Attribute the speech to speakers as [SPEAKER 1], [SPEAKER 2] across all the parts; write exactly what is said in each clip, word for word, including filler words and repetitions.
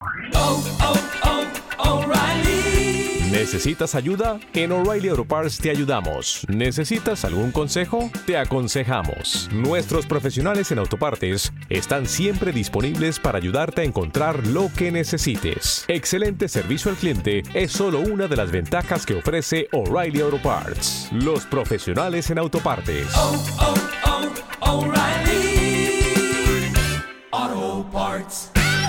[SPEAKER 1] Oh, oh, oh, O'Reilly.
[SPEAKER 2] ¿Necesitas ayuda? En O'Reilly Auto Parts te ayudamos. ¿Necesitas algún consejo? Te aconsejamos. Nuestros profesionales en autopartes están siempre disponibles para ayudarte a encontrar lo que necesites. Excelente servicio al cliente es solo una de las ventajas que ofrece O'Reilly Auto Parts. Los profesionales en autopartes.
[SPEAKER 1] Oh, oh, oh, O'Reilly Auto Parts.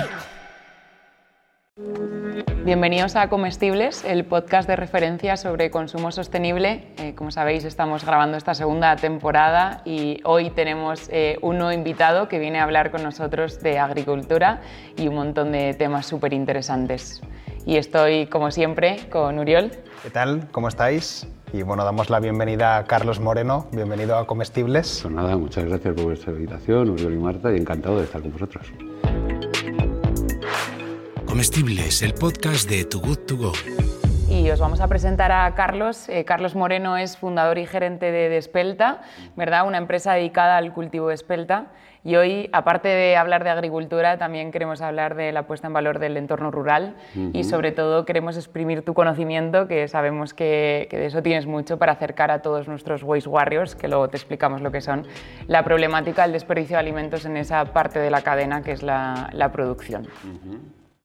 [SPEAKER 3] Bienvenidos a Comestibles, el podcast de referencia sobre consumo sostenible. Eh, como sabéis, estamos grabando esta segunda temporada y hoy tenemos eh, un nuevo invitado que viene a hablar con nosotros de agricultura y un montón de temas súper interesantes. Y estoy, como siempre, con Uriol.
[SPEAKER 4] ¿Qué tal? ¿Cómo estáis? Y bueno, damos la bienvenida a Carlos Moreno. Bienvenido a Comestibles.
[SPEAKER 5] Pues nada, muchas gracias por vuestra invitación, Uriol y Marta, y encantado de estar con vosotros.
[SPEAKER 6] Comestibles, el podcast de Too Good To Go.
[SPEAKER 3] Y os vamos a presentar a Carlos. Eh, Carlos Moreno es fundador y gerente de Despelta, ¿verdad? Una empresa dedicada al cultivo de espelta. Y hoy, aparte de hablar de agricultura, también queremos hablar de la puesta en valor del entorno rural uh-huh. y sobre todo queremos exprimir tu conocimiento, que sabemos que, que de eso tienes mucho, para acercar a todos nuestros Waste Warriors, que luego te explicamos lo que son, la problemática del desperdicio de alimentos en esa parte de la cadena que es la, la producción.
[SPEAKER 4] Uh-huh.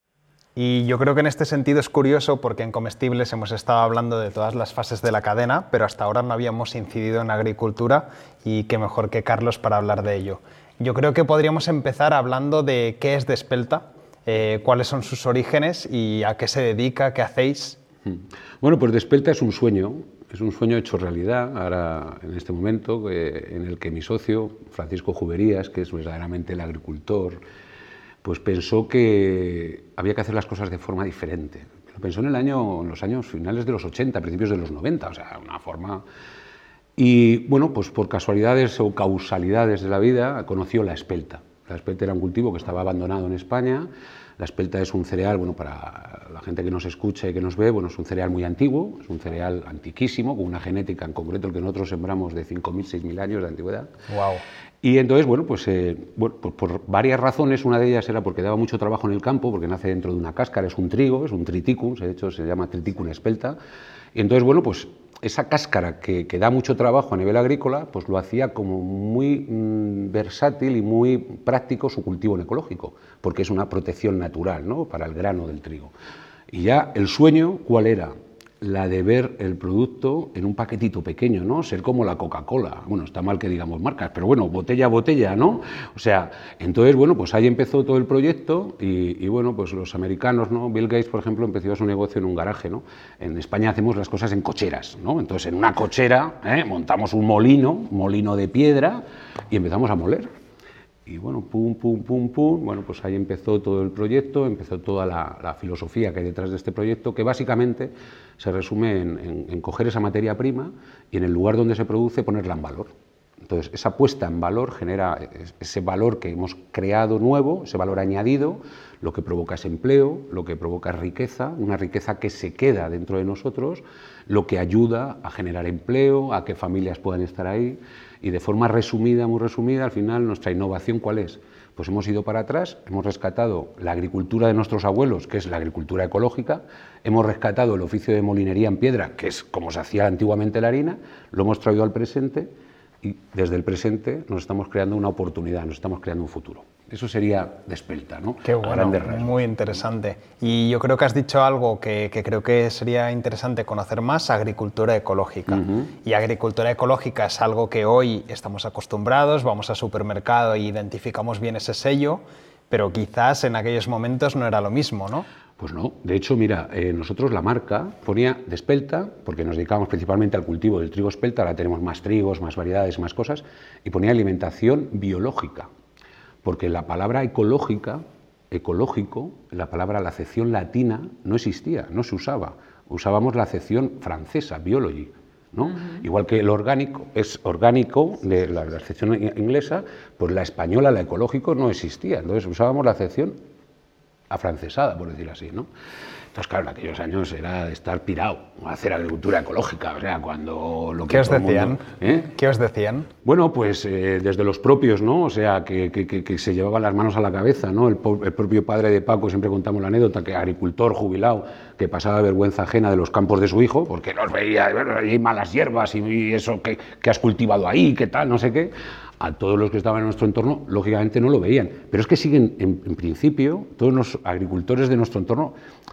[SPEAKER 4] Y yo creo que en este sentido es curioso porque en Comestibles hemos estado hablando de todas las fases de la cadena, pero hasta ahora no habíamos incidido en agricultura y qué mejor que Carlos para hablar de ello. Yo creo que podríamos empezar hablando de qué es Despelta, eh, cuáles son sus orígenes y a qué se dedica, qué hacéis.
[SPEAKER 5] Bueno, pues Despelta es un sueño, es un sueño hecho realidad ahora en este momento, eh, en el que mi socio, Francisco Juberías, que es verdaderamente el agricultor, pues pensó que había que hacer las cosas de forma diferente. Lo pensó en, el año, en los años finales de los ochenta, principios de los noventa, o sea, una forma... Y bueno, pues por casualidades o causalidades de la vida conoció la espelta. La espelta era un cultivo que estaba abandonado en España. La espelta es un cereal, bueno, para la gente que nos escucha y que nos ve, bueno, es un cereal muy antiguo, es un cereal antiquísimo, con una genética en concreto el que nosotros sembramos de cinco mil, seis mil años de antigüedad.
[SPEAKER 4] Wow.
[SPEAKER 5] Y entonces, bueno, pues, eh, bueno, pues por varias razones, una de ellas era porque daba mucho trabajo en el campo, porque nace dentro de una cáscara, es un trigo, es un triticum, de hecho se llama triticum espelta, y entonces, bueno, pues esa cáscara que, que da mucho trabajo a nivel agrícola, pues lo hacía como muy mmm, versátil y muy práctico su cultivo en ecológico, porque es una protección natural, ¿no?, para el grano del trigo. Y ya el sueño, ¿cuál era? La de ver el producto en un paquetito pequeño, ¿no? Ser como la Coca-Cola. Bueno, está mal que digamos marcas, pero bueno, botella a botella, ¿no? O sea, entonces, bueno, pues ahí empezó todo el proyecto y, y bueno, pues los americanos, ¿no? Bill Gates, por ejemplo, empezó su negocio en un garaje, ¿no? En España hacemos las cosas en cocheras, ¿no? Entonces, en una cochera, ¿eh?, montamos un molino, un molino de piedra y empezamos a moler. Y bueno, pum, pum, pum, pum, bueno, pues ahí empezó todo el proyecto, empezó toda la, la filosofía que hay detrás de este proyecto, que básicamente se resume en, en, en coger esa materia prima y en el lugar donde se produce ponerla en valor. Entonces, esa puesta en valor genera ese valor que hemos creado nuevo, ese valor añadido, lo que provoca es empleo, lo que provoca es riqueza, una riqueza que se queda dentro de nosotros, lo que ayuda a generar empleo, a que familias puedan estar ahí. Y de forma resumida, muy resumida, al final nuestra innovación, ¿cuál es? Pues hemos ido para atrás, hemos rescatado la agricultura de nuestros abuelos, que es la agricultura ecológica, hemos rescatado el oficio de molinería en piedra, que es como se hacía antiguamente la harina, lo hemos traído al presente y desde el presente nos estamos creando una oportunidad, nos estamos creando un futuro. Eso sería Despelta, ¿no?
[SPEAKER 4] Qué bueno, muy interesante. Y yo creo que has dicho algo que, que creo que sería interesante conocer más, agricultura ecológica. Uh-huh. Y agricultura ecológica es algo que hoy estamos acostumbrados, vamos al supermercado e identificamos bien ese sello, pero quizás en aquellos momentos no era lo mismo, ¿no?
[SPEAKER 5] Pues no, de hecho, mira, eh, nosotros la marca ponía Despelta, porque nos dedicamos principalmente al cultivo del trigo espelta, ahora tenemos más trigos, más variedades, más cosas, y ponía alimentación biológica. Porque la palabra ecológica, ecológico, la palabra, la acepción latina no existía, no se usaba. Usábamos la acepción francesa, biology, ¿no? Uh-huh. Igual que el orgánico es orgánico, de la, la acepción inglesa, pues la española, la ecológico, no existía. Entonces usábamos la acepción afrancesada, por decirlo así, ¿no? Entonces, claro, en aquellos años era de estar pirado, hacer agricultura ecológica, o sea, cuando lo que
[SPEAKER 4] ¿Qué os
[SPEAKER 5] todo el
[SPEAKER 4] decían?
[SPEAKER 5] mundo, ¿eh?
[SPEAKER 4] ¿Qué os decían?
[SPEAKER 5] Bueno, pues eh, desde los propios, ¿no? O sea, que, que, que, que se llevaban las manos a la cabeza, ¿no? El, po el propio padre de Paco, siempre contamos la anécdota, que agricultor jubilado, que pasaba vergüenza ajena de los campos de su hijo, porque los veía, bueno, hay malas hierbas y, y eso que, que has cultivado ahí, qué tal, no sé qué. A todos los que estaban en nuestro entorno, lógicamente no lo veían. Pero es que siguen, en, en principio, todos los agricultores de nuestro entorno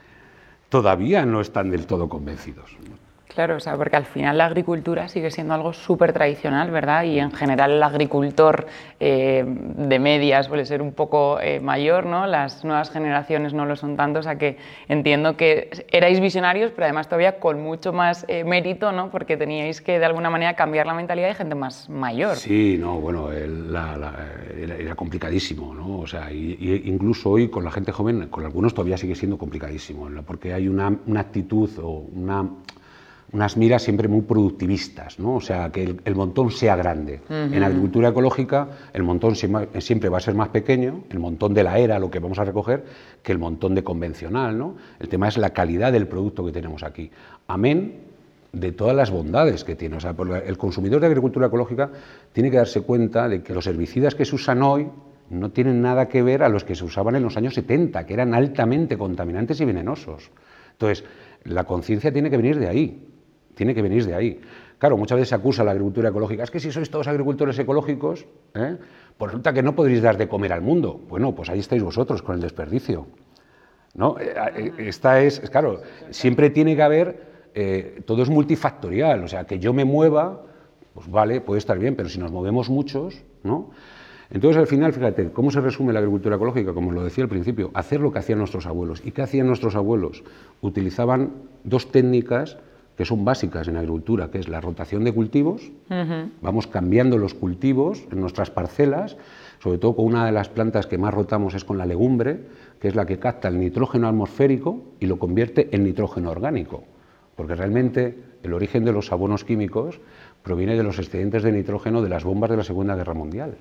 [SPEAKER 5] todavía no están del todo convencidos.
[SPEAKER 3] Claro, o sea, porque al final la agricultura sigue siendo algo súper tradicional, ¿verdad? Y en general el agricultor eh, de medias suele ser un poco eh, mayor, ¿no? Las nuevas generaciones no lo son tanto, o sea que entiendo que erais visionarios, pero además todavía con mucho más eh, mérito, ¿no? Porque teníais que de alguna manera cambiar la mentalidad de gente más mayor.
[SPEAKER 5] Sí, no, bueno, el, la, la, era, era complicadísimo, ¿no? O sea, y, y incluso hoy con la gente joven, con algunos todavía sigue siendo complicadísimo, ¿no? Porque hay una, una actitud o una... unas miras siempre muy productivistas, ¿no? O sea, que el, el montón sea grande. Uh-huh. En agricultura ecológica el montón siempre va a ser más pequeño, el montón de la era, lo que vamos a recoger, que el montón de convencional, ¿no? El tema es la calidad del producto que tenemos aquí. Amén de todas las bondades que tiene. O sea, el consumidor de agricultura ecológica tiene que darse cuenta de que los herbicidas que se usan hoy no tienen nada que ver a los que se usaban en los años setenta, que eran altamente contaminantes y venenosos. Entonces, la conciencia tiene que venir de ahí. Tiene que venir de ahí. Claro, muchas veces se acusa a la agricultura ecológica. Es que si sois todos agricultores ecológicos, ¿eh? Pues resulta que no podréis dar de comer al mundo. Bueno, pues ahí estáis vosotros con el desperdicio, ¿no? Esta es, es claro, siempre tiene que haber, eh, todo es multifactorial. O sea, que yo me mueva, pues vale, puede estar bien, pero si nos movemos muchos, ¿no? Entonces, al final, fíjate, ¿cómo se resume la agricultura ecológica? Como os lo decía al principio, hacer lo que hacían nuestros abuelos. ¿Y qué hacían nuestros abuelos? Utilizaban dos técnicas que son básicas en agricultura, que es la rotación de cultivos. Uh-huh. Vamos cambiando los cultivos en nuestras parcelas, sobre todo con una de las plantas que más rotamos es con la legumbre, que es la que capta el nitrógeno atmosférico y lo convierte en nitrógeno orgánico, porque realmente el origen de los abonos químicos proviene de los excedentes de nitrógeno de las bombas de la Segunda Guerra Mundial.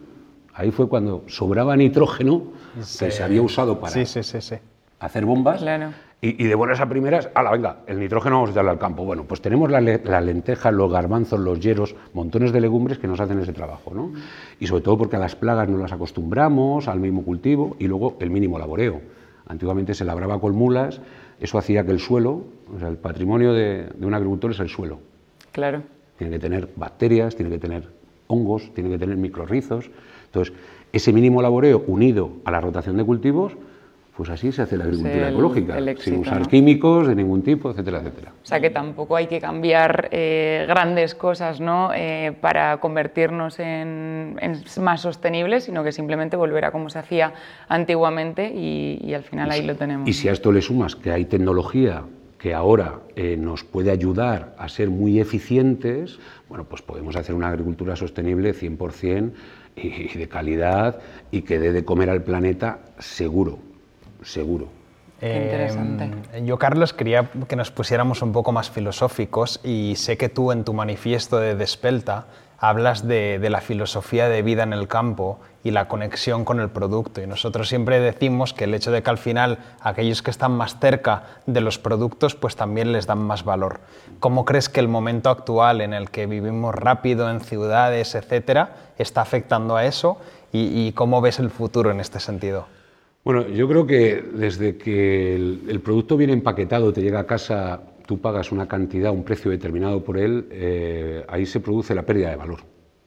[SPEAKER 5] Ahí fue cuando sobraba nitrógeno sí. que se había usado para
[SPEAKER 4] sí, sí, sí, sí.
[SPEAKER 5] hacer bombas.
[SPEAKER 3] Claro.
[SPEAKER 5] Y, y de buenas a primeras, ala, venga, el nitrógeno vamos a echarle al campo. Bueno, pues tenemos las la lentejas, los garbanzos, los yeros, montones de legumbres que nos hacen ese trabajo, ¿no? Y sobre todo porque a las plagas no las acostumbramos, al mismo cultivo, y luego el mínimo laboreo. Antiguamente se labraba con mulas, eso hacía que el suelo, o sea, el patrimonio de, de un agricultor es el suelo.
[SPEAKER 3] Claro.
[SPEAKER 5] Tiene que tener bacterias, tiene que tener hongos, tiene que tener microrrizos. Entonces, ese mínimo laboreo unido a la rotación de cultivos, pues así se hace la agricultura
[SPEAKER 3] el,
[SPEAKER 5] ecológica,
[SPEAKER 3] el éxito,
[SPEAKER 5] sin usar
[SPEAKER 3] ¿no?
[SPEAKER 5] químicos de ningún tipo, etcétera, etcétera.
[SPEAKER 3] O sea que tampoco hay que cambiar eh, grandes cosas, ¿no? eh, para convertirnos en, en más sostenibles, sino que simplemente volver a como se hacía antiguamente y, y al final ahí lo tenemos.
[SPEAKER 5] Y si a esto le sumas que hay tecnología que ahora eh, nos puede ayudar a ser muy eficientes, bueno, pues podemos hacer una agricultura sostenible cien por cien y, y de calidad y que dé de comer al planeta seguro. Seguro.
[SPEAKER 3] Qué interesante.
[SPEAKER 4] Eh, yo, Carlos, quería que nos pusiéramos un poco más filosóficos y sé que tú en tu manifiesto de Despelta hablas de, de la filosofía de vida en el campo y la conexión con el producto. Y nosotros siempre decimos que el hecho de que al final aquellos que están más cerca de los productos pues también les dan más valor. ¿Cómo crees que el momento actual en el que vivimos rápido en ciudades, etcétera, está afectando a eso y, y cómo ves el futuro en este sentido?
[SPEAKER 5] Bueno, yo creo que desde que el, el producto viene empaquetado, te llega a casa, tú pagas una cantidad, un precio determinado por él, eh, ahí se produce la pérdida de valor.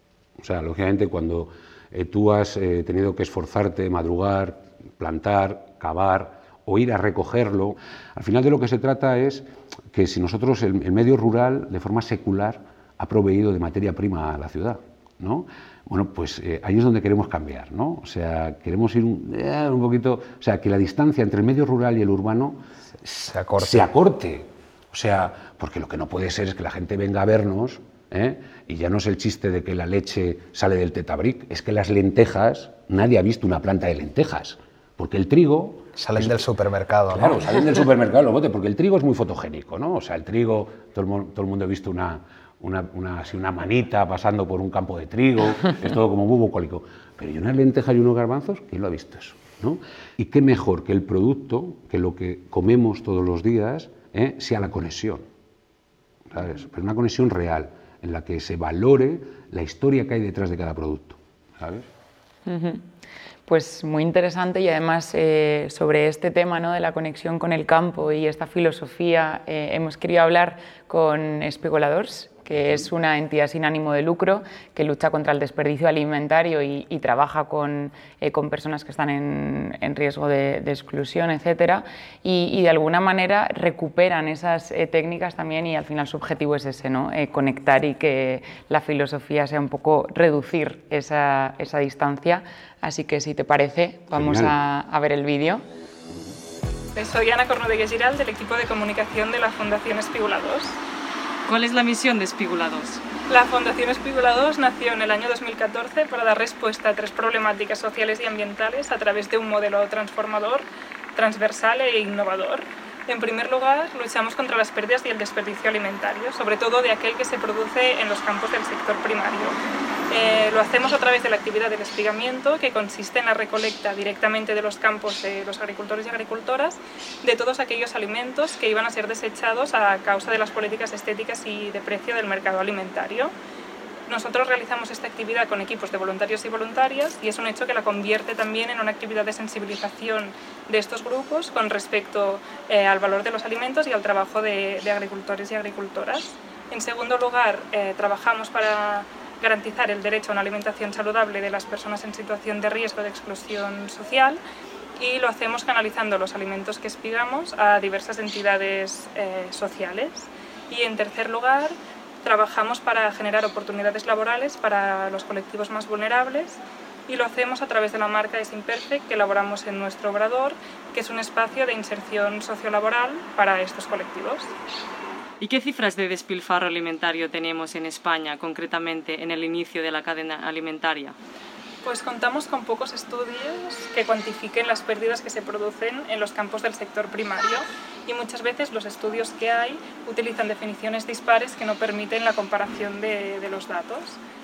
[SPEAKER 5] O sea, lógicamente cuando eh, tú has eh, tenido que esforzarte, madrugar, plantar, cavar o ir a recogerlo, al final de lo que se trata es que si nosotros, el, el medio rural, de forma secular, ha proveído de materia prima a la ciudad, ¿no? Bueno, pues eh, ahí es donde queremos cambiar, ¿no? O sea, queremos ir un, eh, un poquito... O sea, que la distancia entre el medio rural y el urbano
[SPEAKER 4] se acorte.
[SPEAKER 5] se acorte. O sea, porque lo que no puede ser es que la gente venga a vernos, ¿eh? Y ya no es el chiste de que la leche sale del tetabric, es que las lentejas, nadie ha visto una planta de lentejas, porque el trigo...
[SPEAKER 4] Salen
[SPEAKER 5] es,
[SPEAKER 4] del supermercado, ¿no?
[SPEAKER 5] Claro, salen del supermercado los botes, porque el trigo es muy fotogénico, ¿no? O sea, el trigo, todo el, todo el mundo ha visto una... Una, una, así una manita pasando por un campo de trigo, es todo como muy bucólico. Pero ¿y unas lentejas y unos garbanzos? ¿Quién lo ha visto eso? ¿no? Y qué mejor que el producto, que lo que comemos todos los días, ¿eh? sea la conexión, ¿sabes? Pero una conexión real, en la que se valore la historia que hay detrás de cada producto, ¿sabes?
[SPEAKER 3] Uh-huh. Pues muy interesante, y además eh, sobre este tema, ¿no?, de la conexión con el campo y esta filosofía, eh, hemos querido hablar con Especuladors, que es una entidad sin ánimo de lucro que lucha contra el desperdicio alimentario y, y trabaja con, eh, con personas que están en, en riesgo de, de exclusión, etcétera, y, y de alguna manera recuperan esas eh, técnicas también, y al final su objetivo es ese, ¿no?, eh, conectar, y que la filosofía sea un poco reducir esa, esa distancia. Así que si te parece, vamos a, a ver el vídeo.
[SPEAKER 7] Soy Ana Cornudegues Giral, del equipo de comunicación de la Fundación Espiguladors.
[SPEAKER 8] ¿Cuál es la misión de Espiguladors?
[SPEAKER 7] La Fundación Espiguladors nació en el año dos mil catorce para dar respuesta a tres problemáticas sociales y ambientales a través de un modelo transformador, transversal e innovador. En primer lugar, luchamos contra las pérdidas y el desperdicio alimentario, sobre todo de aquel que se produce en los campos del sector primario. Eh, lo hacemos a través de la actividad del espigamiento, que consiste en la recolecta directamente de los campos de los agricultores y agricultoras de todos aquellos alimentos que iban a ser desechados a causa de las políticas estéticas y de precio del mercado alimentario. Nosotros realizamos esta actividad con equipos de voluntarios y voluntarias, y es un hecho que la convierte también en una actividad de sensibilización de estos grupos con respecto eh, al valor de los alimentos y al trabajo de, de agricultores y agricultoras. En segundo lugar, eh, trabajamos para garantizar el derecho a una alimentación saludable de las personas en situación de riesgo de exclusión social, y lo hacemos canalizando los alimentos que espigamos a diversas entidades eh, sociales. Y en tercer lugar, trabajamos para generar oportunidades laborales para los colectivos más vulnerables, y lo hacemos a través de la marca Desimperfect que elaboramos en nuestro obrador, que es un espacio de inserción sociolaboral para estos colectivos.
[SPEAKER 8] ¿Y qué cifras de despilfarro alimentario tenemos en España, concretamente en el inicio de la cadena alimentaria?
[SPEAKER 7] Pues contamos con pocos estudios que cuantifiquen las pérdidas que se producen en los campos del sector primario, y muchas veces los estudios que hay utilizan definiciones dispares que no permiten la comparación de, de los datos.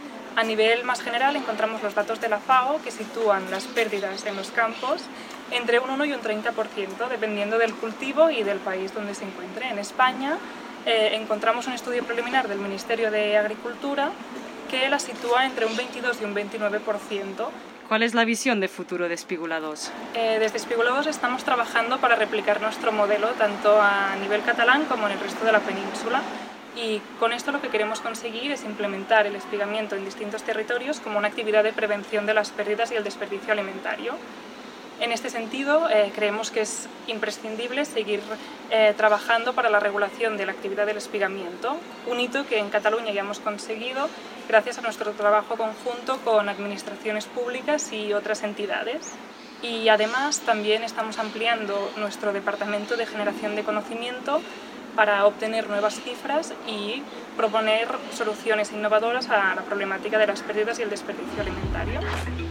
[SPEAKER 7] A nivel más general encontramos los datos de la FAO, que sitúan las pérdidas en los campos entre un uno y un treinta por ciento, dependiendo del cultivo y del país donde se encuentre. En España eh, encontramos un estudio preliminar del Ministerio de Agricultura que la sitúa entre un veintidós y un veintinueve por ciento.
[SPEAKER 8] ¿Cuál es la visión de futuro de Espiguladors?
[SPEAKER 7] Eh, desde Espiguladors estamos trabajando para replicar nuestro modelo tanto a nivel catalán como en el resto de la península, y con esto lo que queremos conseguir es implementar el espigamiento en distintos territorios como una actividad de prevención de las pérdidas y el desperdicio alimentario. En este sentido, eh, creemos que es imprescindible seguir eh, trabajando para la regulación de la actividad del espigamiento, un hito que en Cataluña ya hemos conseguido gracias a nuestro trabajo conjunto con administraciones públicas y otras entidades. Y además también estamos ampliando nuestro departamento de generación de conocimiento para obtener nuevas cifras y proponer soluciones innovadoras a la problemática de las pérdidas y el desperdicio alimentario.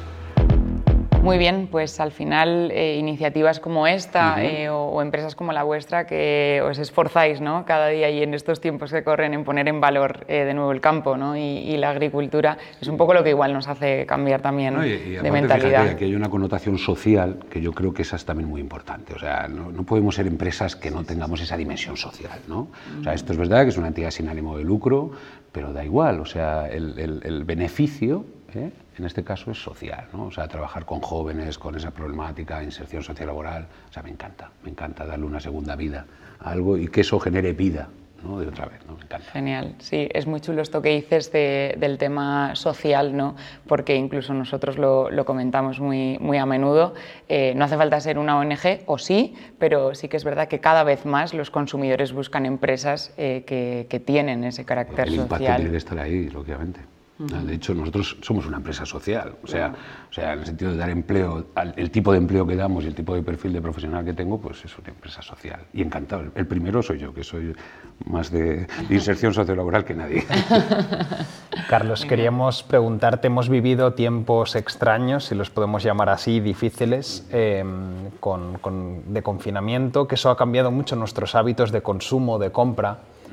[SPEAKER 3] Muy bien, pues al final eh, iniciativas como esta uh-huh. eh, o, o empresas como la vuestra que os esforzáis, ¿no?, cada día y en estos tiempos que corren en poner en valor eh, de nuevo el campo, ¿no?, y, y la agricultura, es un poco lo que igual nos hace cambiar también no, y, y de aparte, mentalidad.
[SPEAKER 5] Fíjate, aquí hay una connotación social que yo creo que esa es también muy importante. O sea, no, no podemos ser empresas que no tengamos esa dimensión social, ¿no? O sea, esto es verdad que es una entidad sin ánimo de lucro, pero da igual, o sea, el, el, el beneficio ¿eh? en este caso es social, ¿no? O sea, trabajar con jóvenes, con esa problemática, inserción sociolaboral, o sea, me encanta, me encanta darle una segunda vida a algo y que eso genere vida, ¿no?, de otra vez, ¿no? Me encanta.
[SPEAKER 3] Genial, sí, es muy chulo esto que dices de, del tema social, ¿no?, porque incluso nosotros lo, lo comentamos muy, muy a menudo, eh, no hace falta ser una O N G, o sí, pero sí que es verdad que cada vez más los consumidores buscan empresas eh, que, que tienen ese carácter
[SPEAKER 5] el
[SPEAKER 3] social.
[SPEAKER 5] El impacto tiene que estar ahí, lógicamente. De hecho, nosotros somos una empresa social, o sea, o sea, en el sentido de dar empleo, el tipo de empleo que damos y el tipo de perfil de profesional que tengo, pues es una empresa social. Y encantado, el primero soy yo, que soy más de, de inserción sociolaboral que nadie.
[SPEAKER 4] Carlos, queríamos preguntarte, hemos vivido tiempos extraños, si los podemos llamar así, difíciles, eh, con, con, de confinamiento, que eso ha cambiado mucho nuestros hábitos de consumo, de compra.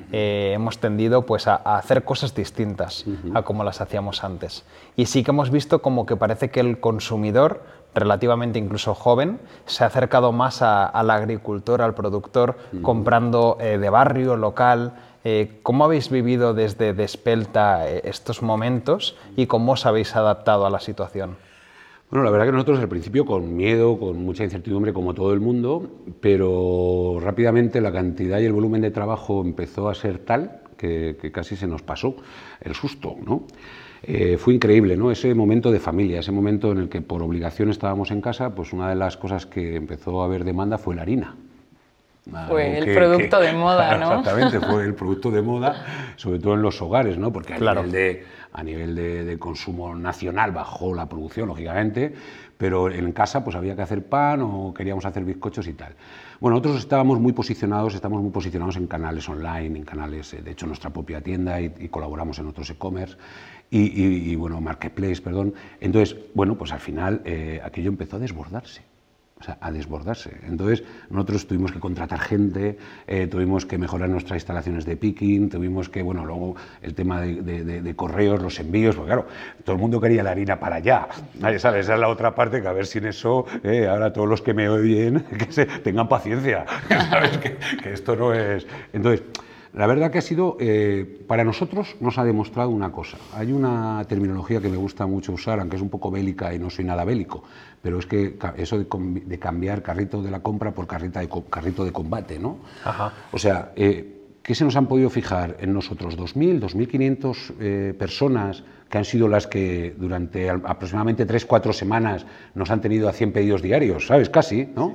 [SPEAKER 4] eh, hemos tendido pues, a, a hacer cosas distintas uh-huh. a como las hacíamos antes. Y sí que hemos visto como que parece que el consumidor, relativamente incluso joven, se ha acercado más a, al agricultor, al productor, uh-huh. comprando eh, de barrio, local. Eh, ¿Cómo habéis vivido desde Despelta eh, estos momentos y cómo os habéis adaptado a la situación?
[SPEAKER 5] Bueno, la verdad que nosotros al principio con miedo, con mucha incertidumbre como todo el mundo, pero rápidamente la cantidad y el volumen de trabajo empezó a ser tal que, que casi se nos pasó el susto, ¿no? Eh, fue increíble, ¿no? Ese momento de familia, ese momento en el que por obligación estábamos en casa, pues una de las cosas que empezó a haber demanda fue la harina.
[SPEAKER 3] Fue el que, producto que, de moda, ¿no?
[SPEAKER 5] Exactamente, fue el producto de moda, sobre todo en los hogares, ¿no? Porque a
[SPEAKER 4] claro.
[SPEAKER 5] nivel, de, a nivel de, de consumo nacional bajó la producción, lógicamente, pero en casa pues había que hacer pan o queríamos hacer bizcochos y tal. Bueno, nosotros estábamos muy posicionados, estamos muy posicionados en canales online, en canales, de hecho, nuestra propia tienda y, y colaboramos en otros e-commerce y, y, y, bueno, marketplace, perdón. Entonces, bueno, pues al final eh, aquello empezó a desbordarse. O sea, a desbordarse. Entonces, nosotros tuvimos que contratar gente, eh, tuvimos que mejorar nuestras instalaciones de picking, tuvimos que, bueno, luego el tema de, de, de, de correos, los envíos, porque claro, todo el mundo quería la harina para allá. ¿Sabes? Esa es la otra parte, que a ver si en eso, eh, ahora todos los que me oyen, que se tengan paciencia, ¿sabes? Que, que esto no es... Entonces, la verdad que ha sido, eh, para nosotros nos ha demostrado una cosa. Hay una terminología que me gusta mucho usar, aunque es un poco bélica y no soy nada bélico, pero es que eso de, de cambiar carrito de la compra por carrita de, carrito de combate, ¿no?
[SPEAKER 4] Ajá.
[SPEAKER 5] O sea, eh, ¿qué se nos han podido fijar en nosotros? dos mil, dos mil quinientas eh, personas que han sido las que durante aproximadamente tres cuatro semanas nos han tenido a cien pedidos diarios, ¿sabes? Casi, ¿no?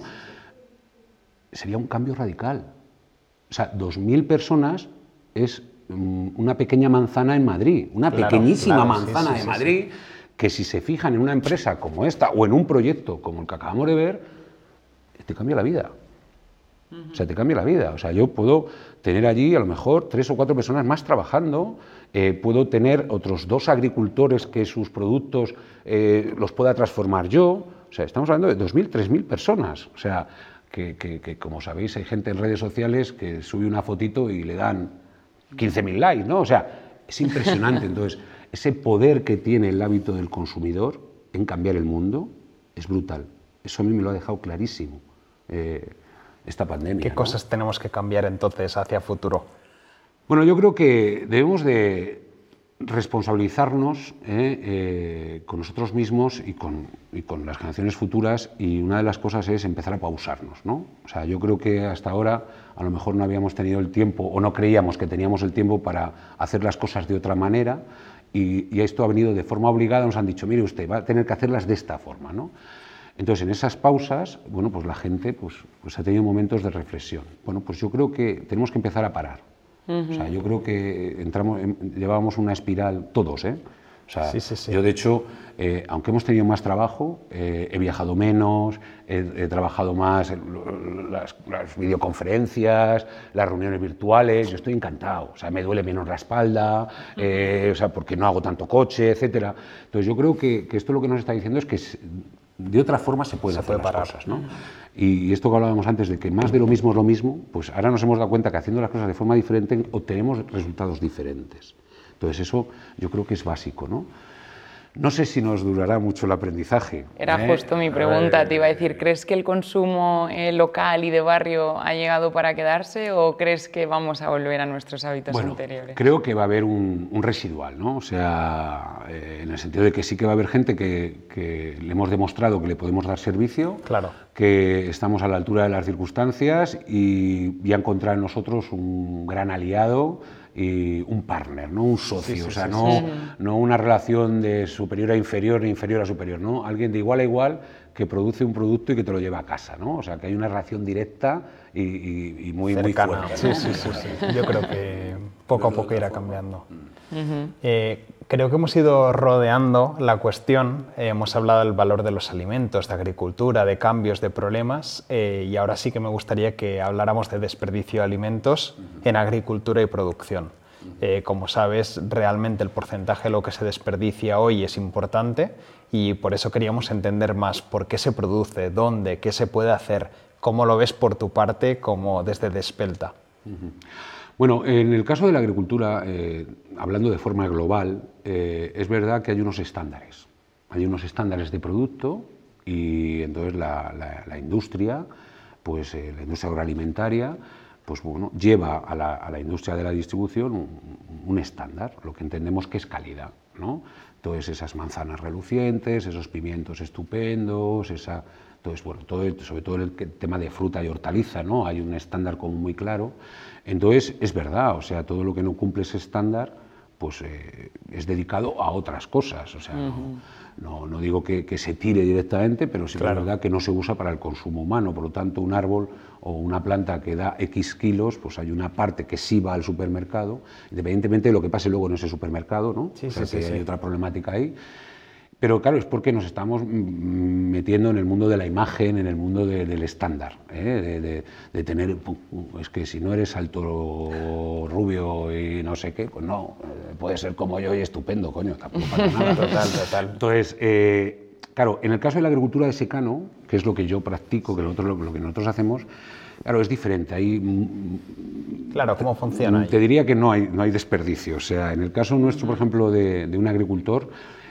[SPEAKER 5] Sería un cambio radical. O sea, dos mil personas es um, una pequeña manzana en Madrid, una claro, pequeñísima claro, manzana sí, sí, de Madrid, sí, sí. que si se fijan en una empresa como esta o en un proyecto como el que acabamos de ver, te cambia la vida. Uh-huh. O sea, te cambia la vida. O sea, yo puedo tener allí a lo mejor tres o cuatro personas más trabajando, eh, puedo tener otros dos agricultores que sus productos eh, los pueda transformar yo. O sea, estamos hablando de dos mil, tres mil personas. O sea, Que, que, que, como sabéis, hay gente en redes sociales que sube una fotito y le dan quince mil likes, ¿no? O sea, es impresionante. Entonces, ese poder que tiene el hábito del consumidor en cambiar el mundo es brutal. Eso a mí me lo ha dejado clarísimo eh, esta pandemia.
[SPEAKER 4] ¿Qué
[SPEAKER 5] ¿no?
[SPEAKER 4] cosas tenemos que cambiar entonces hacia futuro?
[SPEAKER 5] Bueno, yo creo que debemos de responsabilizarnos eh, eh, con nosotros mismos y con, y con las generaciones futuras, y una de las cosas es empezar a pausarnos, ¿no? O sea, yo creo que hasta ahora a lo mejor no habíamos tenido el tiempo o no creíamos que teníamos el tiempo para hacer las cosas de otra manera, y, y esto ha venido de forma obligada, nos han dicho, mire usted, va a tener que hacerlas de esta forma, ¿no? Entonces, en esas pausas, bueno, pues la gente pues, pues ha tenido momentos de reflexión. Bueno, pues yo creo que tenemos que empezar a parar. Uh-huh. O sea, yo creo que entramos, llevábamos una espiral todos, ¿eh? O sea, sí, sí, sí. Yo de hecho, eh, aunque hemos tenido más trabajo, eh, he viajado menos, he, he trabajado más en las, las videoconferencias, las reuniones virtuales, yo estoy encantado, o sea, me duele menos la espalda, eh, o sea, porque no hago tanto coche, etcétera. Entonces yo creo que, que esto lo que nos está diciendo es que de otra forma se pueden se hacer puede las cosas, ¿no? Y esto que hablábamos antes de que más de lo mismo es lo mismo, pues ahora nos hemos dado cuenta que haciendo las cosas de forma diferente obtenemos resultados diferentes. Entonces eso yo creo que es básico, ¿no? No sé si nos durará mucho el aprendizaje.
[SPEAKER 3] Era
[SPEAKER 5] ¿eh?
[SPEAKER 3] justo mi pregunta, te iba a decir, ¿crees que el consumo eh, local y de barrio ha llegado para quedarse o crees que vamos a volver a nuestros hábitos
[SPEAKER 5] bueno,
[SPEAKER 3] anteriores?
[SPEAKER 5] Creo que va a haber un, un residual, ¿no? O sea, eh, en el sentido de que sí que va a haber gente que, que le hemos demostrado que le podemos dar servicio,
[SPEAKER 4] claro.
[SPEAKER 5] que estamos a la altura de las circunstancias y, y ha encontrado en nosotros un gran aliado y un partner, ¿no? Un socio, sí, sí, o sea, sí, no, sí. no una relación de superior a inferior ni inferior a superior, ¿no? Alguien de igual a igual que produce un producto y que te lo lleva a casa, ¿no? O sea, que hay una relación directa y, y, y muy, muy fuerte, ¿no?
[SPEAKER 4] Sí, sí, sí, sí. Yo creo que poco a poco irá cambiando. Uh-huh. eh, creo que hemos ido rodeando la cuestión, eh, hemos hablado del valor de los alimentos, de agricultura, de cambios, de problemas, eh, y ahora sí que me gustaría que habláramos de desperdicio de alimentos uh-huh. en agricultura y producción. Uh-huh. Eh, como sabes, realmente el porcentaje de lo que se desperdicia hoy es importante y por eso queríamos entender más por qué se produce, dónde, qué se puede hacer, cómo lo ves por tu parte como desde Despelta.
[SPEAKER 5] Uh-huh. Bueno, en el caso de la agricultura, eh, hablando de forma global, eh, es verdad que hay unos estándares. Hay unos estándares de producto y entonces la, la, la industria, pues eh, la industria agroalimentaria, pues bueno, lleva a la, a la industria de la distribución un, un estándar, lo que entendemos que es calidad, ¿no? Entonces esas manzanas relucientes, esos pimientos estupendos, esa, entonces, bueno, todo el, sobre todo el tema de fruta y hortaliza, ¿no? Hay un estándar como muy claro. Entonces es verdad, o sea, todo lo que no cumple ese estándar, pues eh, es dedicado a otras cosas, o sea, uh-huh. no, no, no digo que, que se tire directamente, pero sí claro. que es verdad que no se usa para el consumo humano, por lo tanto un árbol o una planta que da X kilos, pues hay una parte que sí va al supermercado, independientemente de lo que pase luego en ese supermercado, ¿no?
[SPEAKER 4] Sí,
[SPEAKER 5] o sea,
[SPEAKER 4] sí,
[SPEAKER 5] que
[SPEAKER 4] sí,
[SPEAKER 5] hay
[SPEAKER 4] sí.
[SPEAKER 5] otra problemática ahí. Pero claro, es porque nos estamos metiendo en el mundo de la imagen, en el mundo de, del estándar, ¿eh? de, de, de tener, es que si no eres alto, rubio y no sé qué, pues no, puede ser como yo y estupendo, coño, tampoco pasa nada.
[SPEAKER 4] Total, total.
[SPEAKER 5] Entonces, eh, claro, en el caso de la agricultura de secano, que es lo que yo practico, que nosotros, lo, lo que nosotros hacemos, claro, es diferente. Ahí,
[SPEAKER 4] claro, ¿cómo funciona?
[SPEAKER 5] Te ahí? diría que no hay, no hay desperdicio. O sea, en el caso nuestro, por ejemplo, de, de un agricultor,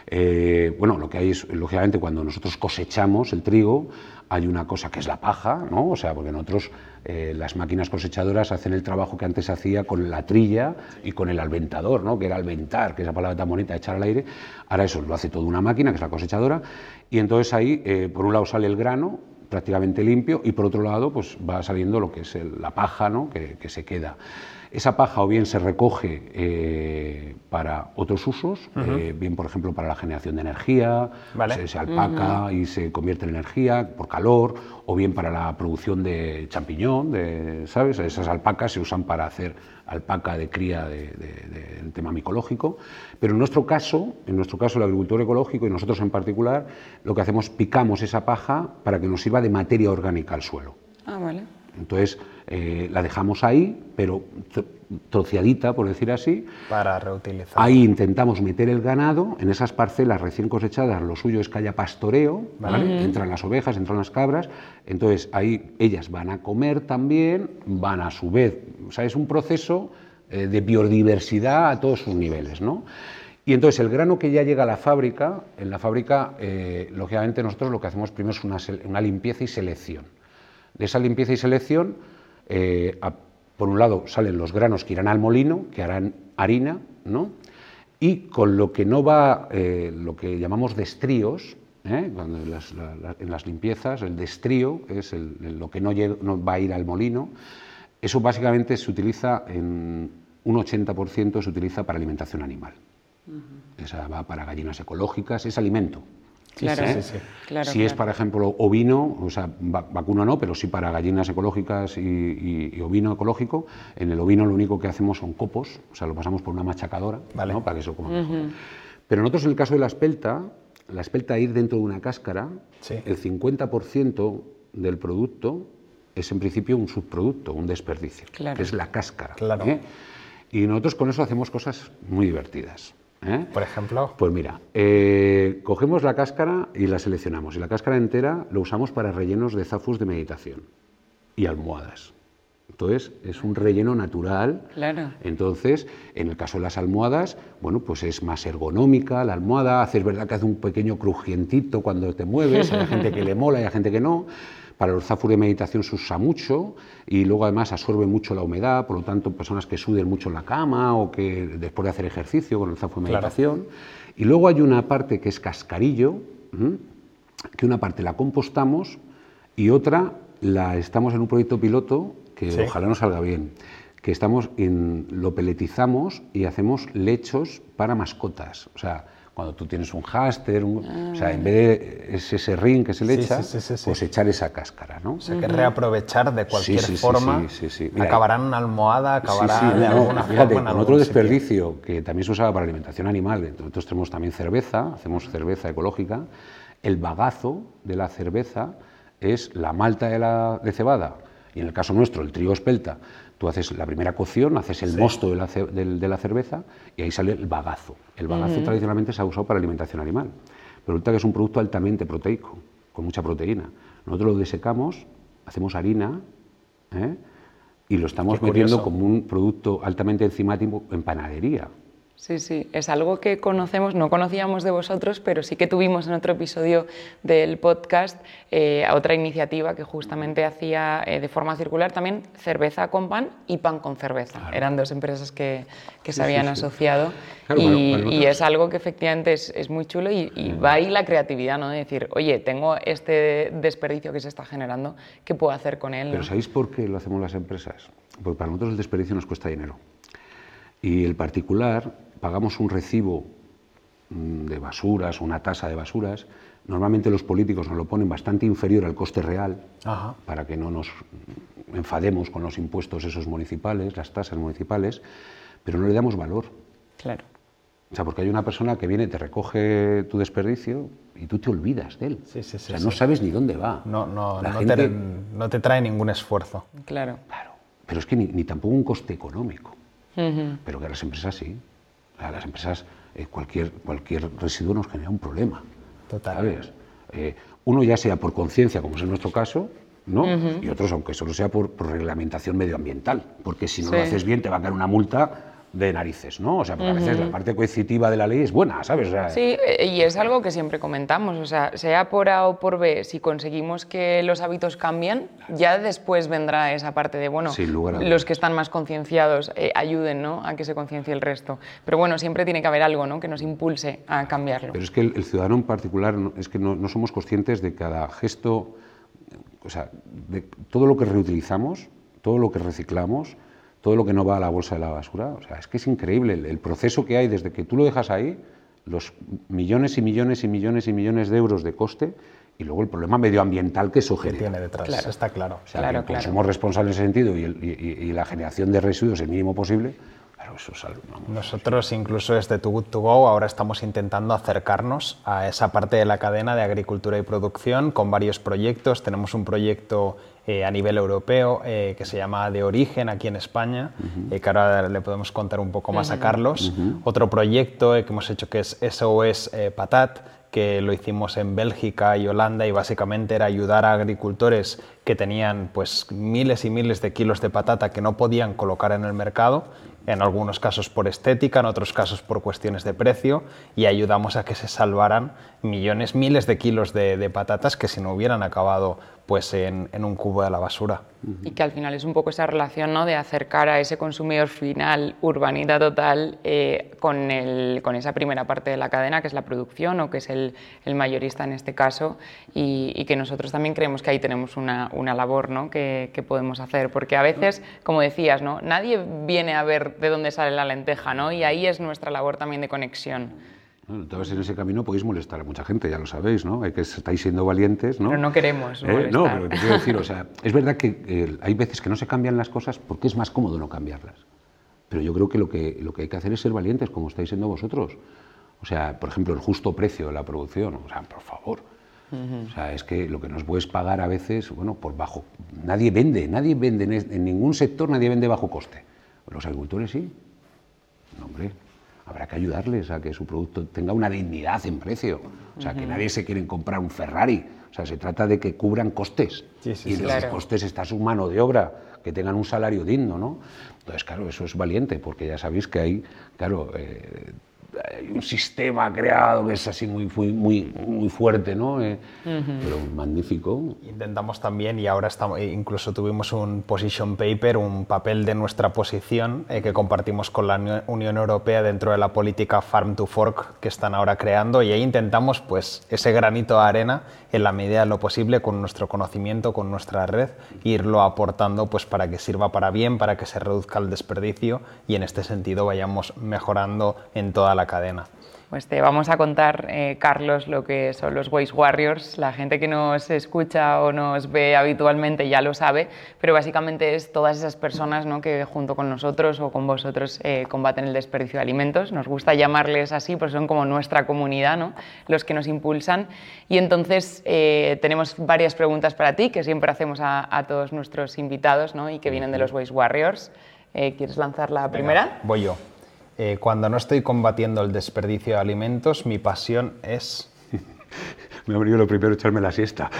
[SPEAKER 5] Eh, bueno, lo que hay es, lógicamente, cuando nosotros cosechamos el trigo, hay una cosa que es la paja, ¿no? O sea, porque nosotros, eh, las máquinas cosechadoras hacen el trabajo que antes se hacía con la trilla y con el alventador, ¿no? Que era alventar, que esa palabra tan bonita, echar al aire. Ahora eso lo hace toda una máquina, que es la cosechadora, y entonces ahí, eh, por un lado sale el grano, prácticamente limpio, y por otro lado, pues va saliendo lo que es el, la paja, ¿no? que, que se queda. Esa paja o bien se recoge eh, para otros usos, uh-huh. eh, bien por ejemplo para la generación de energía, vale. se, se alpaca uh-huh. y se convierte en energía por calor, o bien para la producción de champiñón, de, ¿sabes? Esas alpacas se usan para hacer alpaca de cría del de, de, de tema micológico, pero en nuestro caso, en nuestro caso el agricultor ecológico y nosotros en particular, lo que hacemos, picamos esa paja para que nos sirva de materia orgánica al suelo.
[SPEAKER 3] Ah, vale.
[SPEAKER 5] Entonces eh, la dejamos ahí, pero troceadita, por decir así.
[SPEAKER 4] Para reutilizar.
[SPEAKER 5] Ahí intentamos meter el ganado, en esas parcelas recién cosechadas, lo suyo es que haya pastoreo, ¿vale? Uh-huh. Entran las ovejas, entran las cabras, entonces ahí ellas van a comer también, van a su vez, o sea, es un proceso eh, de biodiversidad a todos sus niveles, ¿no? Y entonces el grano que ya llega a la fábrica, en la fábrica, eh, lógicamente nosotros lo que hacemos primero es una, una limpieza y selección. De esa limpieza y selección, eh, a, por un lado salen los granos que irán al molino, que harán harina, ¿no? Y con lo que no va, eh, lo que llamamos destríos, ¿eh? Cuando en, las, la, la, en las limpiezas, el destrío es el, el, lo que no, llega, no va a ir al molino, eso básicamente se utiliza, en un ochenta por ciento se utiliza para alimentación animal. Uh-huh. Esa va para gallinas ecológicas, es alimento.
[SPEAKER 3] Claro,
[SPEAKER 5] ¿eh?
[SPEAKER 3] sí, sí. Claro,
[SPEAKER 5] si
[SPEAKER 3] claro.
[SPEAKER 5] es, por ejemplo, ovino, o sea, vacuno no, pero sí para gallinas ecológicas y, y, y ovino ecológico, en el ovino lo único que hacemos son copos, o sea, lo pasamos por una machacadora, vale. ¿no? Para que eso coma mejor. Uh-huh. Pero nosotros, en el caso de la espelta, la espelta ir dentro de una cáscara, sí. el cincuenta por ciento del producto es en principio un subproducto, un desperdicio, claro. que es la cáscara.
[SPEAKER 4] Claro.
[SPEAKER 5] ¿eh? Y nosotros con eso hacemos cosas muy divertidas. ¿Eh?
[SPEAKER 4] Por ejemplo.
[SPEAKER 5] Pues mira, eh, cogemos la cáscara y la seleccionamos, y la cáscara entera lo usamos para rellenos de zafus de meditación y almohadas. Entonces, es un relleno natural.
[SPEAKER 3] Claro.
[SPEAKER 5] Entonces, en el caso de las almohadas, bueno, pues es más ergonómica la almohada, hace, es verdad que hace un pequeño crujientito cuando te mueves, hay gente que le mola y hay gente que no. Para los zafus de meditación se usa mucho y luego además absorbe mucho la humedad, por lo tanto personas que suden mucho en la cama o que después de hacer ejercicio con el zafu de meditación. Claro. Y luego hay una parte que es cascarillo, ¿eh? que una parte la compostamos y otra la estamos en un proyecto piloto que sí. ojalá nos salga bien, que estamos en, lo peletizamos y hacemos lechos para mascotas, o sea, cuando tú tienes un hámster, un, ah, o sea, en vez de ese serrín que se le sí, echa, sí, sí, sí, pues sí. echar esa cáscara, ¿no?
[SPEAKER 4] O sea, que reaprovechar de cualquier
[SPEAKER 5] sí, sí,
[SPEAKER 4] forma,
[SPEAKER 5] sí, sí, sí. Mira,
[SPEAKER 4] acabará en una almohada, acabará sí, sí,
[SPEAKER 5] de
[SPEAKER 4] no, alguna
[SPEAKER 5] fíjate,
[SPEAKER 4] forma en
[SPEAKER 5] con otro
[SPEAKER 4] sitio.
[SPEAKER 5] desperdicio que también se usaba para alimentación animal, nosotros tenemos también cerveza, hacemos cerveza ecológica, el bagazo de la cerveza es la malta de, la, de cebada, y en el caso nuestro, el trigo espelta. Tú haces la primera cocción, haces el sí. mosto de la, de, de la cerveza y ahí sale el bagazo. El bagazo uh-huh. tradicionalmente se ha usado para alimentación animal, pero resulta que es un producto altamente proteico, con mucha proteína. Nosotros lo desecamos, hacemos harina, ¿eh? y lo estamos
[SPEAKER 4] Qué
[SPEAKER 5] metiendo
[SPEAKER 4] curioso.
[SPEAKER 5] como un producto altamente enzimático en panadería.
[SPEAKER 3] Sí, sí, es algo que conocemos, no conocíamos de vosotros, pero sí que tuvimos en otro episodio del podcast eh, otra iniciativa que justamente hacía eh, de forma circular también cerveza con pan y pan con cerveza.
[SPEAKER 5] Claro.
[SPEAKER 3] Eran dos empresas que, que
[SPEAKER 5] Sí,
[SPEAKER 3] se habían
[SPEAKER 5] sí, sí.
[SPEAKER 3] asociado
[SPEAKER 5] Claro,
[SPEAKER 3] y,
[SPEAKER 5] para- para
[SPEAKER 3] y
[SPEAKER 5] nosotros-
[SPEAKER 3] es algo que efectivamente es, es muy chulo y, y va ahí la creatividad, ¿no? De decir, oye, tengo este desperdicio que se está generando, ¿qué puedo hacer con él?
[SPEAKER 5] Pero
[SPEAKER 3] ¿no?
[SPEAKER 5] ¿sabéis por qué lo hacemos las empresas? Porque para nosotros el desperdicio nos cuesta dinero. Y el particular, pagamos un recibo mm, de basuras, una tasa de basuras. Normalmente los políticos nos lo ponen bastante inferior al coste real,
[SPEAKER 4] Ajá.
[SPEAKER 5] para que no nos enfademos con los impuestos esos municipales, las tasas municipales, pero no le damos valor.
[SPEAKER 3] Claro.
[SPEAKER 5] O sea, porque hay una persona que viene, te recoge tu desperdicio y tú te olvidas de él.
[SPEAKER 4] Sí, sí, sí,
[SPEAKER 5] o sea, no
[SPEAKER 4] sí.
[SPEAKER 5] sabes ni dónde va.
[SPEAKER 4] No, no,
[SPEAKER 5] La
[SPEAKER 4] no,
[SPEAKER 5] gente-
[SPEAKER 4] te, no te trae ningún esfuerzo.
[SPEAKER 3] Claro.
[SPEAKER 5] Claro, pero es que ni, ni tampoco un coste económico.
[SPEAKER 3] Ujú.
[SPEAKER 5] Pero que a las empresas sí. A las empresas eh, cualquier, cualquier residuo nos genera un problema.
[SPEAKER 4] Total.
[SPEAKER 5] ¿Sabes? Eh, uno ya sea por conciencia, como es en nuestro caso, ¿no? Y otros, aunque solo sea por, por reglamentación medioambiental, porque si no
[SPEAKER 3] Sí.
[SPEAKER 5] lo haces bien te va a caer una multa de narices, ¿no? O sea, porque a veces la parte coercitiva de la ley es buena, ¿sabes? O sea,
[SPEAKER 3] Sí, eh, y es algo que siempre comentamos, o sea, sea por A o por B, si conseguimos que los hábitos cambien, ya después vendrá esa parte de, bueno,
[SPEAKER 5] Sin lugar a dudas.
[SPEAKER 3] los que están más concienciados eh, ayuden, ¿no?, a que se conciencie el resto. Pero bueno, siempre tiene que haber algo, ¿no?, que nos impulse a cambiarlo.
[SPEAKER 5] Pero es que el, el ciudadano en particular, no- es que no, no somos conscientes de cada gesto, o sea, de todo lo que reutilizamos, todo lo que reciclamos, todo lo que no va a la bolsa de la basura. O sea, es que es increíble el, el proceso que hay desde que tú lo dejas ahí, los millones y millones y millones y millones de euros de coste y luego el problema medioambiental que eso
[SPEAKER 4] Que
[SPEAKER 5] genera.
[SPEAKER 4] tiene detrás,
[SPEAKER 3] Claro.
[SPEAKER 4] está claro.
[SPEAKER 5] O sea,
[SPEAKER 3] Claro,
[SPEAKER 5] que
[SPEAKER 3] claro.
[SPEAKER 5] somos responsables en ese sentido y, el- y- y- y la generación de residuos el mínimo posible, claro, eso es algo, vamos.
[SPEAKER 4] Nosotros, incluso desde Too Good To Go, ahora estamos intentando acercarnos a esa parte de la cadena de agricultura y producción con varios proyectos. Tenemos un proyecto eh, a nivel europeo eh, que se llama De Origen aquí en España, eh, que ahora le podemos contar un poco más a Carlos. Otro proyecto eh, que hemos hecho que es S O S eh, Patat, que lo hicimos en Bélgica y Holanda y básicamente era ayudar a agricultores que tenían pues miles y miles de kilos de patata que no podían colocar en el mercado, en algunos casos por estética, en otros casos por cuestiones de precio, y ayudamos a que se salvaran millones, miles de kilos de, de patatas que si no hubieran acabado pues en, en un cubo de la basura.
[SPEAKER 3] Y que al final es un poco esa relación, ¿no?, de acercar a ese consumidor final, urbanita total, eh, con, el, con esa primera parte de la cadena, que es la producción o que es el, el mayorista en este caso, y, y que nosotros también creemos que ahí tenemos una, una labor, ¿no?, que, que podemos hacer, porque a veces, como decías, ¿no?, nadie viene a ver de dónde sale la lenteja, ¿no?, y ahí es nuestra labor también de conexión.
[SPEAKER 5] Bueno, entonces en ese camino podéis molestar a mucha gente, ya lo sabéis, ¿no? Hay que estáis siendo valientes, ¿no?
[SPEAKER 3] Pero no queremos
[SPEAKER 5] Eh,
[SPEAKER 3] molestar.
[SPEAKER 5] No, pero te quiero decir, o sea, es verdad que eh, hay veces que no se cambian las cosas porque es más cómodo no cambiarlas. Pero yo creo que lo que, lo que hay que hacer es ser valientes, como estáis siendo vosotros. O sea, por ejemplo, el justo precio de la producción, o sea, por favor. O sea, es que lo que nos puedes pagar a veces, bueno, por bajo... Nadie vende, nadie vende, en, es- en ningún sector nadie vende bajo coste. Los agricultores sí. No, hombre, habrá que ayudarles a que su producto tenga una dignidad en precio. O sea, que nadie se quiere comprar un Ferrari. O sea, se trata de que cubran costes.
[SPEAKER 4] Sí, sí,
[SPEAKER 5] y
[SPEAKER 4] sí,
[SPEAKER 5] en
[SPEAKER 3] claro.
[SPEAKER 5] esos costes está su mano de obra, que tengan un salario digno, ¿no? Entonces, claro, eso es valiente, porque ya sabéis que hay, claro, eh, hay un sistema creado que es así muy, muy, muy, muy fuerte, ¿no? Eh, Pero magnífico.
[SPEAKER 4] Intentamos también, y ahora estamos, e incluso tuvimos un position paper, un papel de nuestra posición eh, que compartimos con la Uni- Unión Europea dentro de la política Farm to Fork que están ahora creando, y ahí intentamos pues ese granito de arena en la medida de lo posible con nuestro conocimiento, con nuestra red, irlo aportando pues para que sirva para bien, para que se reduzca el desperdicio y en este sentido vayamos mejorando en toda la cadena.
[SPEAKER 3] Pues te vamos a contar, eh, Carlos, lo que son los Waste Warriors. La gente que nos escucha o nos ve habitualmente ya lo sabe, pero básicamente es todas esas personas, ¿no?, que junto con nosotros o con vosotros eh, combaten el desperdicio de alimentos. Nos gusta llamarles así, porque son como nuestra comunidad, ¿no?, los que nos impulsan. Y entonces eh, tenemos varias preguntas para ti, que siempre hacemos a, a todos nuestros invitados, ¿no?, y que vienen de los Waste Warriors. Eh, ¿Quieres lanzar la primera?
[SPEAKER 4] Venga, voy yo. Eh, cuando no estoy combatiendo el desperdicio de alimentos, mi pasión es...
[SPEAKER 5] Me ha venido lo primero echarme la siesta.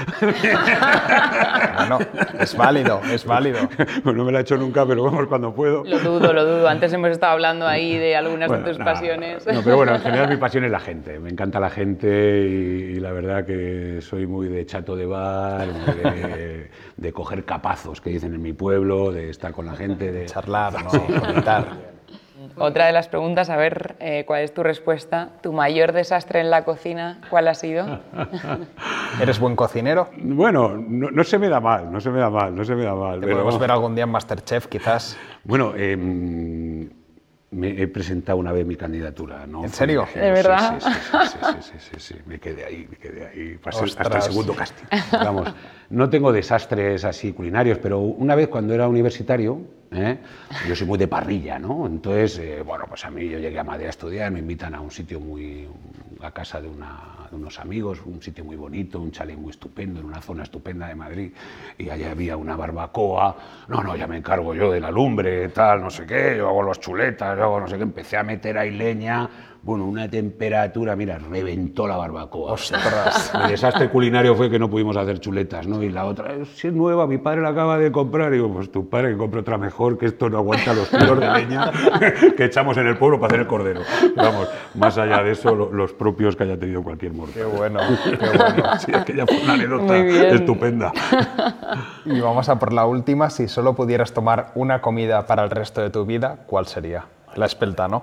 [SPEAKER 4] Bueno, es válido, es válido.
[SPEAKER 5] Pues no me la he hecho nunca, pero vamos cuando puedo.
[SPEAKER 3] Lo dudo, lo dudo. Antes hemos estado hablando ahí de algunas
[SPEAKER 5] Bueno,
[SPEAKER 3] de tus
[SPEAKER 5] no,
[SPEAKER 3] pasiones.
[SPEAKER 5] No, pero bueno, en general mi pasión es la gente. Me encanta la gente y, y la verdad que soy muy de chato de bar, muy de, de coger capazos, que dicen en mi pueblo, de estar con la gente, de
[SPEAKER 4] charlar, ¿no? Comentar.
[SPEAKER 3] Otra de las preguntas, a ver eh, cuál es tu respuesta. ¿Tu mayor desastre en la cocina cuál ha sido?
[SPEAKER 4] ¿Eres buen cocinero?
[SPEAKER 5] Bueno, no, no se me da mal, no se me da mal, no se me da mal.
[SPEAKER 4] Te
[SPEAKER 5] pero...
[SPEAKER 4] podemos ver algún día en MasterChef, quizás.
[SPEAKER 5] Bueno, eh, me he presentado una vez mi candidatura, ¿no?
[SPEAKER 4] ¿En serio?
[SPEAKER 5] Sí,
[SPEAKER 3] ¿De verdad?
[SPEAKER 5] Sí, sí, sí, sí, sí, sí, sí, sí. Me quedé ahí, me quedé ahí. Pasé
[SPEAKER 4] Ostras.
[SPEAKER 5] hasta el segundo casting. Vamos, no tengo desastres así culinarios, pero una vez cuando era universitario, ¿eh? Yo soy muy de parrilla, ¿no? Entonces, eh, bueno, pues a mí yo llegué a Madrid a estudiar, me invitan a un sitio muy... a casa de, una, de unos amigos, un sitio muy bonito, un chalet muy estupendo, en una zona estupenda de Madrid, y allá había una barbacoa. No, no, ya me encargo yo de la lumbre, tal, no sé qué, yo hago las chuletas, yo hago no sé qué, empecé a meter ahí leña, bueno, una temperatura, mira, reventó la barbacoa.
[SPEAKER 4] Ostras.
[SPEAKER 5] El desastre culinario fue que no pudimos hacer chuletas, ¿no? Y la otra, si es nueva, mi padre la acaba de comprar, y digo, pues tu padre que compre otra mejor, que esto no aguanta los kilos de leña que echamos en el pueblo para hacer el cordero. Vamos, más allá de eso, lo, los propios que haya tenido cualquier muerto.
[SPEAKER 4] Qué bueno, qué bueno.
[SPEAKER 5] Sí, aquella fue una anécdota
[SPEAKER 3] Muy bien.
[SPEAKER 5] estupenda.
[SPEAKER 4] Y vamos a por la última. Si solo pudieras tomar una comida para el resto de tu vida, ¿cuál sería? La espelta, ¿no?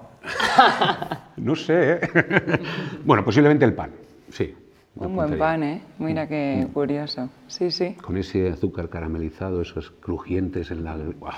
[SPEAKER 5] No sé, ¿eh? Bueno, posiblemente el pan, sí.
[SPEAKER 3] Un buen pan, ¿eh? Mira qué curioso. Sí, sí.
[SPEAKER 5] Con ese azúcar caramelizado, esos crujientes en la... ¡Wow!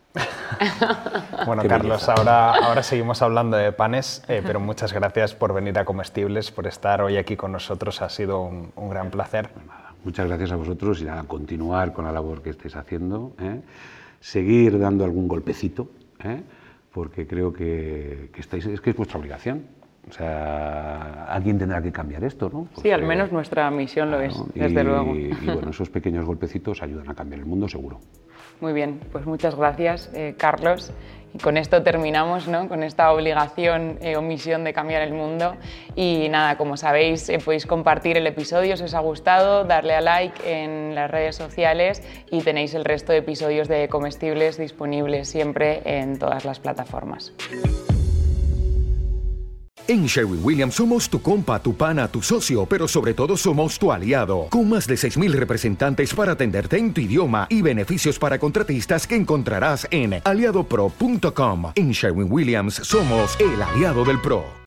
[SPEAKER 4] Bueno,
[SPEAKER 5] Qué
[SPEAKER 4] Carlos,
[SPEAKER 5] belleza.
[SPEAKER 4] ahora, ahora seguimos hablando de panes, eh, pero muchas gracias por venir a Comestibles, por estar hoy aquí con nosotros. Ha sido un, un gran placer.
[SPEAKER 5] Nada, muchas gracias a vosotros y nada, continuar con la labor que estáis haciendo, ¿eh? Seguir dando algún golpecito, ¿eh? Porque creo que, que estáis, es que es vuestra obligación. O sea, alguien tendrá que cambiar esto, ¿no? Pues,
[SPEAKER 3] Sí, al
[SPEAKER 5] eh,
[SPEAKER 3] menos nuestra misión lo es,
[SPEAKER 5] claro,
[SPEAKER 3] desde
[SPEAKER 5] y,
[SPEAKER 3] luego.
[SPEAKER 5] Y bueno, esos pequeños golpecitos ayudan a cambiar el mundo, seguro.
[SPEAKER 3] Muy bien, pues muchas gracias, eh, Carlos. Y con esto terminamos, ¿no? Con esta obligación eh, o misión de cambiar el mundo. Y nada, como sabéis, eh, podéis compartir el episodio si os ha gustado, darle a like en las redes sociales y tenéis el resto de episodios de Comestibles disponibles siempre en todas las plataformas.
[SPEAKER 9] En Sherwin-Williams somos tu compa, tu pana, tu socio, pero sobre todo somos tu aliado, con más de seis mil representantes para atenderte en tu idioma y beneficios para contratistas que encontrarás en aliado pro punto com. En Sherwin-Williams somos el aliado del pro.